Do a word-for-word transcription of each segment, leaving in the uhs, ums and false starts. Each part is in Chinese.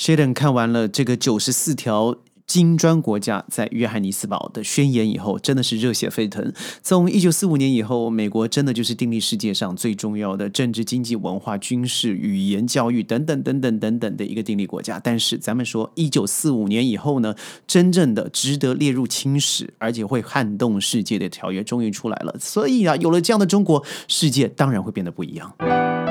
Sheldon 看完了这个九十四条金砖国家在约翰尼斯堡的宣言以后，真的是热血沸腾。从一九四五年以后，美国真的就是订立世界上最重要的政治、经济、文化、军事、语言、教育等等等等等等的一个订立国家。但是咱们说一九四五年以后呢，真正的值得列入清史而且会撼动世界的条约终于出来了。所以啊，有了这样的中国，世界当然会变得不一样。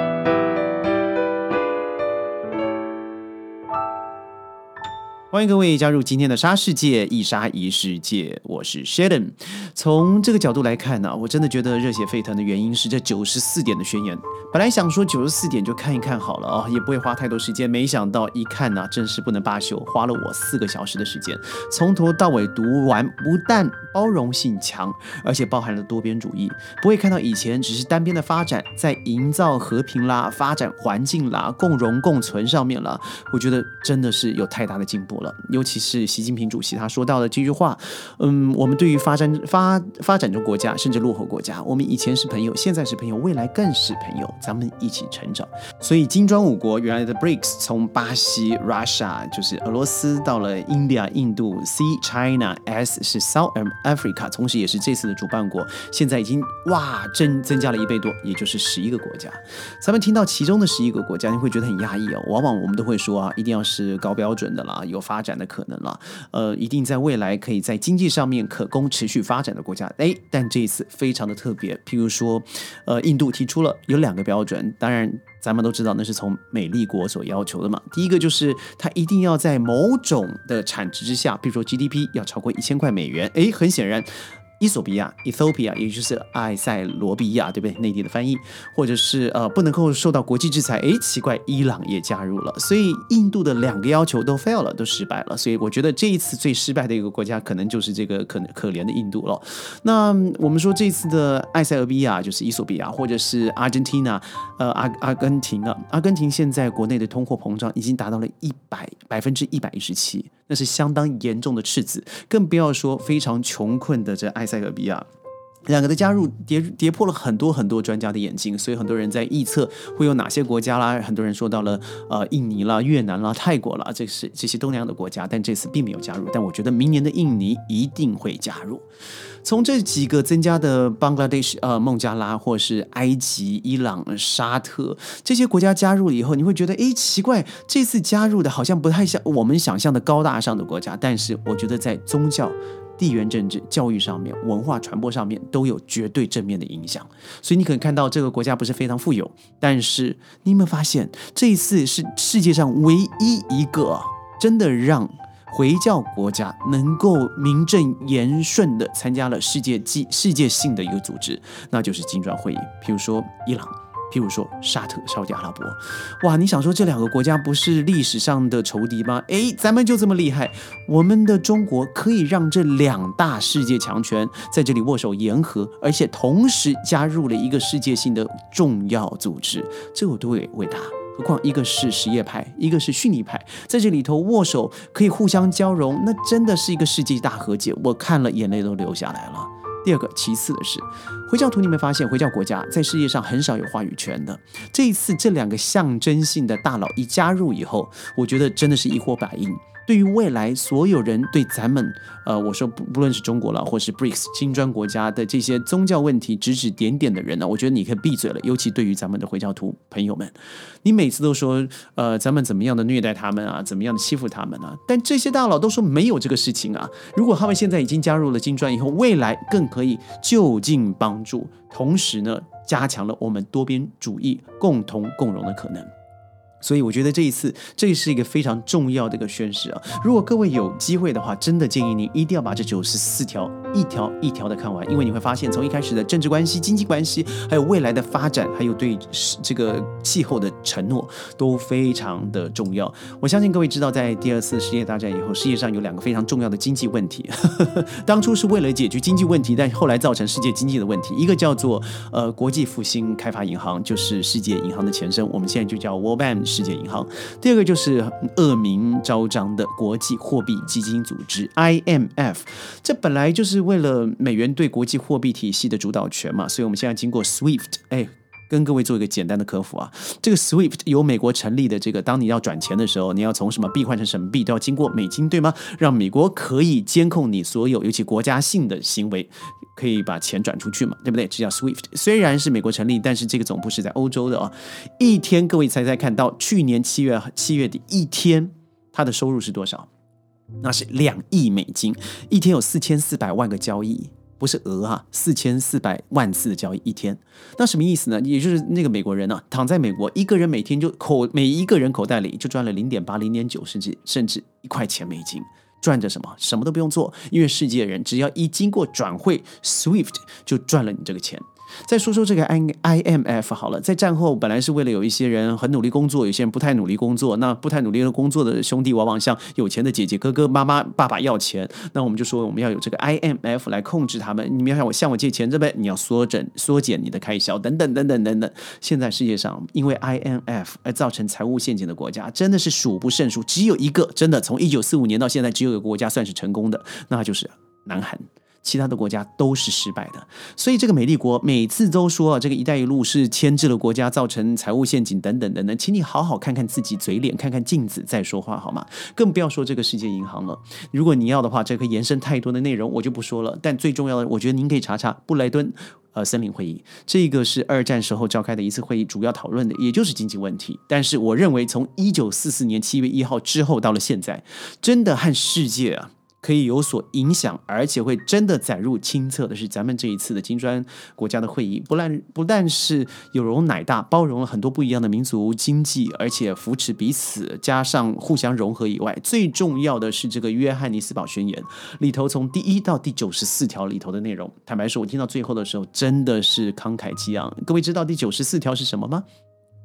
欢迎各位加入今天的沙世界一沙一世界，我是 Sheldon。 从这个角度来看呢、啊，我真的觉得热血沸腾的原因是这九十四点的宣言。本来想说九十四点就看一看好了啊、哦，也不会花太多时间，没想到一看呢、啊，真是不能罢休，花了我四个小时的时间，从头到尾读完，不但包容性强，而且包含了多边主义，不会看到以前只是单边的发展，在营造和平啦、发展环境啦、共荣共存上面啦，我觉得真的是有太大的进步。尤其是习近平主席他说到的这句话，嗯，我们对于发展发发展中国家甚至落后国家，我们以前是朋友，现在是朋友，未来更是朋友，咱们一起成长。所以金砖五国原来的 B R I C S 从巴西 Russia 就是俄罗斯到了 India 印度 C China S 是 South Africa， 同时也是这次的主办国，现在已经哇增增加了一倍多，也就是十一个国家。咱们听到其中的十一个国家，你会觉得很压抑哦。往往我们都会说啊，一定要是高标准的啦，有发展的可能了，呃，一定在未来可以在经济上面可供持续发展的国家。哎，但这一次非常的特别，譬如说，呃，印度提出了有两个标准，当然咱们都知道那是从美利国所要求的嘛。第一个就是它一定要在某种的产值之下，比如说 G D P 要超过一千块美元。哎，很显然。伊索比亚 Ethiopia 也就是埃塞罗比亚，对不对？内地的翻译，或者是呃不能够受到国际制裁。诶，奇怪，伊朗也加入了，所以印度的两个要求都 fail 了，都失败了。所以我觉得这一次最失败的一个国家，可能就是这个可可怜的印度了。那我们说这一次的埃塞俄比亚就是伊索比亚，或者是 Argentina 呃阿阿根廷啊，阿根廷现在国内的通货膨胀已经达到了一百百分之一百一十七，那是相当严重的赤字，更不要说非常穷困的这埃塞俄比亚。两个的加入 跌, 跌破了很多很多专家的眼睛，所以很多人在预测会有哪些国家啦，很多人说到了呃印尼啦、越南啦、泰国啦，这是这些东南亚的国家，但这次并没有加入。但我觉得明年的印尼一定会加入。从这几个增加的 Bangladesh 呃孟加拉或是埃及、伊朗、沙特这些国家加入了以后，你会觉得诶奇怪，这次加入的好像不太像我们想象的高大上的国家，但是我觉得在宗教、地缘政治、教育上面、文化传播上面都有绝对正面的影响。所以你可能看到这个国家不是非常富有，但是你有没有发现这一次是世界上唯一一个真的让回教国家能够名正言顺的参加了世界世界性的一个组织，那就是金砖会议。譬如说伊朗，譬如说沙特、沙特阿拉伯，哇，你想说这两个国家不是历史上的仇敌吗？诶，咱们就这么厉害，我们的中国可以让这两大世界强权在这里握手言和，而且同时加入了一个世界性的重要组织，这有多伟大？何况一个是什叶派，一个是逊尼派，在这里头握手可以互相交融，那真的是一个世纪大和解，我看了眼泪都流下来了。第二个，其次的是回教徒，你们发现回教国家在世界上很少有话语权的。这一次这两个象征性的大佬一加入以后，我觉得真的是一呼百应。对于未来所有人对咱们呃，我说 不, 不论是中国了或是 B R I C S 金砖国家的这些宗教问题指指点点的人呢，我觉得你可以闭嘴了。尤其对于咱们的回教徒朋友们，你每次都说呃，咱们怎么样的虐待他们啊，怎么样的欺负他们啊，但这些大佬都说没有这个事情啊。如果他们现在已经加入了金砖以后，未来更可以就近帮助，同时呢加强了我们多边主义共同共荣的可能。所以我觉得这一次这是一个非常重要的一个宣示啊！如果各位有机会的话，真的建议您一定要把这九十四条一条一条的看完，因为你会发现从一开始的政治关系、经济关系，还有未来的发展，还有对这个气候的承诺都非常的重要。我相信各位知道，在第二次世界大战以后，世界上有两个非常重要的经济问题，当初是为了解决经济问题，但后来造成世界经济的问题。一个叫做呃国际复兴开发银行，就是世界银行的前身，我们现在就叫 World Bank。世界银行。第二个就是恶名昭彰的国际货币基金组织 I M F， 这本来就是为了美元对国际货币体系的主导权嘛，所以我们现在经过 SWIFT， 哎。 跟各位做一个简单的科普啊，这个 S W I F T 由美国成立的，这个当你要转钱的时候，你要从什么币换成什么币，都要经过美金，对吗？让美国可以监控你所有，尤其国家性的行为，可以把钱转出去嘛，对不对？这叫 S W I F T。虽然是美国成立，但是这个总部是在欧洲的哦。一天，各位猜猜看到去年七月七月底一天，它的收入是多少？那是两亿美金，一天有四千四百万个交易。不是额啊，四千四百万次的交易一天，那什么意思呢？也就是那个美国人啊，躺在美国，一个人每天就口每一个人口袋里就赚了零点八、零点九，甚至甚至一块钱美金，赚着什么？什么都不用做，因为世界人只要一经过转会 S W I F T 就赚了你这个钱。再说说这个 I M F 好了，在战后本来是为了有一些人很努力工作，有些人不太努力工作，那不太努力的工作的兄弟往往向有钱的姐姐哥哥妈妈爸爸要钱，那我们就说我们要有这个 I M F 来控制他们，你们要向我向我借钱对不对？你要缩整缩减你的开销等等等等等等。现在世界上因为 I M F 而造成财务陷阱的国家真的是数不胜数，只有一个，真的从一九四五年到现在只有一个国家算是成功的，那就是南韩。其他的国家都是失败的，所以这个美丽国每次都说、啊、这个一带一路是牵制了国家，造成财务陷阱等等等等，请你好好看看自己嘴脸，看看镜子再说话好吗？更不要说这个世界银行了，如果你要的话，这可以延伸太多的内容，我就不说了。但最重要的，我觉得您可以查查布莱顿呃森林会议，这个是二战时候召开的一次会议，主要讨论的也就是经济问题。但是我认为，从一九四四年七月一号之后到了现在，真的和世界啊。可以有所影响，而且会真的载入清册的是咱们这一次的金砖国家的会议，不但不但是有容乃大，包容了很多不一样的民族经济，而且扶持彼此，加上互相融合以外，最重要的是这个约翰尼斯堡宣言里头，从第一到第九十四条里头的内容，坦白说，我听到最后的时候真的是慷慨激昂。各位知道第九十四条是什么吗？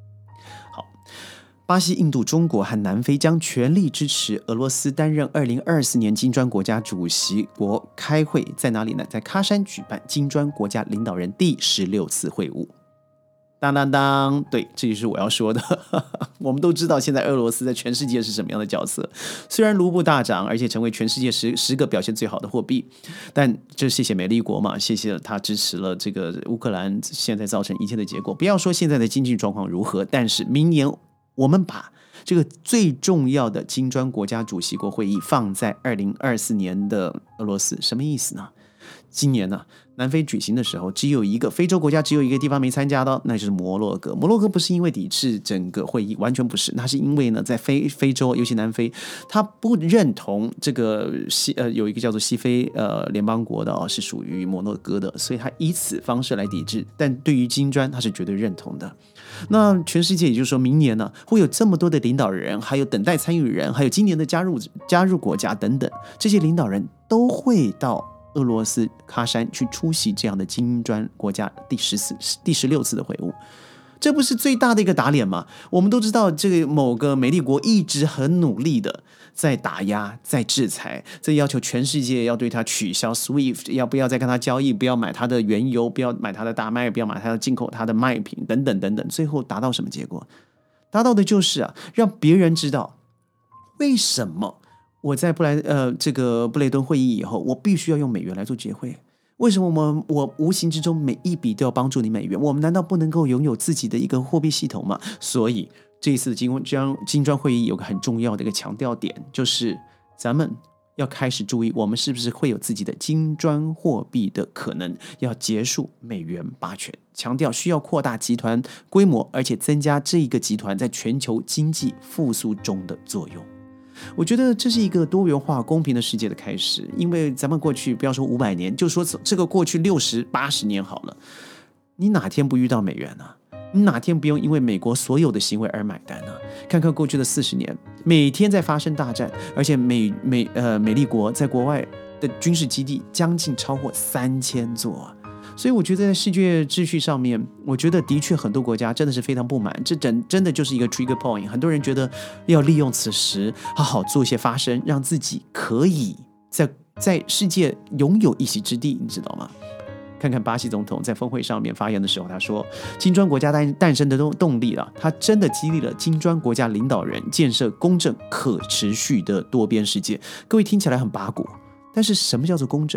巴西、印度、中国和南非将全力支持俄罗斯担任二零二四年金砖国家主席国开会，在哪里呢？在喀山举办金砖国家领导人第十六次会晤。当当当，对，这就是我要说的。我们都知道现在俄罗斯在全世界是什么样的角色，虽然卢布大涨，而且成为全世界十十个表现最好的货币，但这谢谢美丽国嘛，谢谢他支持了这个乌克兰现在造成一切的结果。不要说现在的经济状况如何，但是明年我们把这个最重要的金砖国家主席国会议放在二零二四年的俄罗斯，什么意思呢？今年呢、啊，南非举行的时候，只有一个非洲国家只有一个地方没参加的，那就是摩洛哥。摩洛哥不是因为抵制整个会议，完全不是，那是因为呢，在非非洲，尤其南非，他不认同这个西呃有一个叫做西非呃联邦国的哦，是属于摩洛哥的，所以他以此方式来抵制。但对于金砖，他是绝对认同的。那全世界也就是说明年呢，会有这么多的领导人，还有等待参与人，还有今年的加入加入国家等等，这些领导人都会到俄罗斯喀山去出席这样的金砖国家第十四、第十六次的会晤，这不是最大的一个打脸吗？我们都知道，这个某个美丽国一直很努力的在打压、在制裁，在要求全世界要对他取消 S W I F T， 要不要再跟他交易，不要买他的原油，不要买他的大麦，不要买他的进口他的麦品等等等等。最后达到什么结果？达到的就是啊，让别人知道为什么。我在布莱呃这个布雷顿会议以后，我必须要用美元来做结汇。为什么我们我无形之中每一笔都要帮助你美元？我们难道不能够拥有自己的一个货币系统吗？所以这一次的金砖金砖会议有个很重要的一个强调点，就是咱们要开始注意，我们是不是会有自己的金砖货币的可能？要结束美元霸权，强调需要扩大集团规模，而且增加这一个集团在全球经济复苏中的作用。我觉得这是一个多元化公平的世界的开始，因为咱们过去不要说五百年，就说这个过去六十八十年好了，你哪天不遇到美元呢、啊？你哪天不用因为美国所有的行为而买单呢、啊？看看过去的四十年，每天在发生大战，而且美美呃美丽国在国外的军事基地将近超过三千座、啊。所以我觉得在世界秩序上面，我觉得的确很多国家真的是非常不满，这真真的就是一个 trigger point。很多人觉得要利用此时好好做一些发声，让自己可以在在世界拥有一席之地，你知道吗？看看巴西总统在峰会上面发言的时候，他说金砖国家诞生的动力啊，他真的激励了金砖国家领导人建设公正可持续的多边世界。各位听起来很八股，但是什么叫做公正？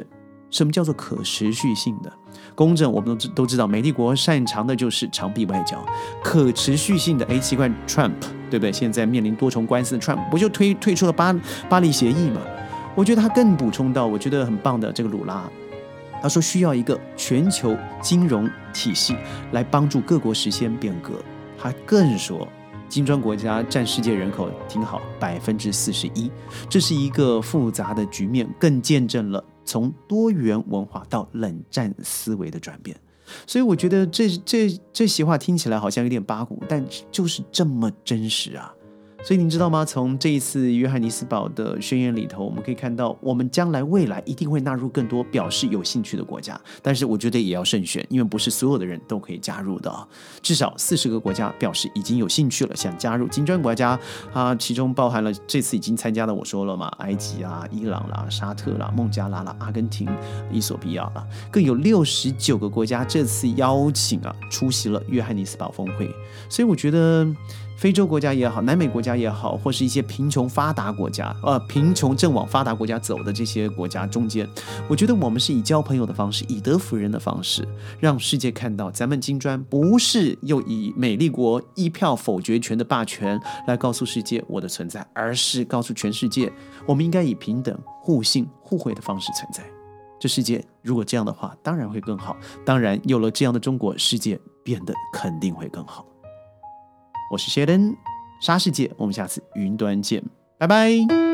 什么叫做可持续性的？公正我们都知都知道，美帝国擅长的就是长臂外交。可持续性的，哎，奇怪 ，Trump 对不对？现在面临多重官司的 Trump 不就推退出了巴巴黎协议吗？我觉得他更补充到，我觉得很棒的这个鲁拉，他说需要一个全球金融体系来帮助各国实现变革。他更说，金砖国家占世界人口，听好，百分之四十一，这是一个复杂的局面，更见证了从多元文化到冷战思维的转变。所以我觉得这这这席话听起来好像有点八股，但就是这么真实啊。所以您知道吗？从这一次约翰尼斯堡的宣言里头，我们可以看到，我们将来未来一定会纳入更多表示有兴趣的国家，但是我觉得也要慎选，因为不是所有的人都可以加入的。至少四十个国家表示已经有兴趣了，想加入金砖国家啊，其中包含了这次已经参加的，我说了嘛，埃及啊、伊朗啦、沙特啦、孟加拉啦、阿根廷、伊索比亚啦，更有六十九个国家这次邀请啊出席了约翰尼斯堡峰会。所以我觉得非洲国家也好，南美国家也好，或是一些贫穷发达国家，呃，贫穷正往发达国家走的这些国家中间，我觉得我们是以交朋友的方式，以德服人的方式，让世界看到咱们金砖不是又以美利国一票否决权的霸权来告诉世界我的存在，而是告诉全世界，我们应该以平等、互信、互惠的方式存在。这世界如果这样的话，当然会更好。当然，有了这样的中国，世界变得肯定会更好。我是谢登，沙世界，我们下次云端见，拜拜。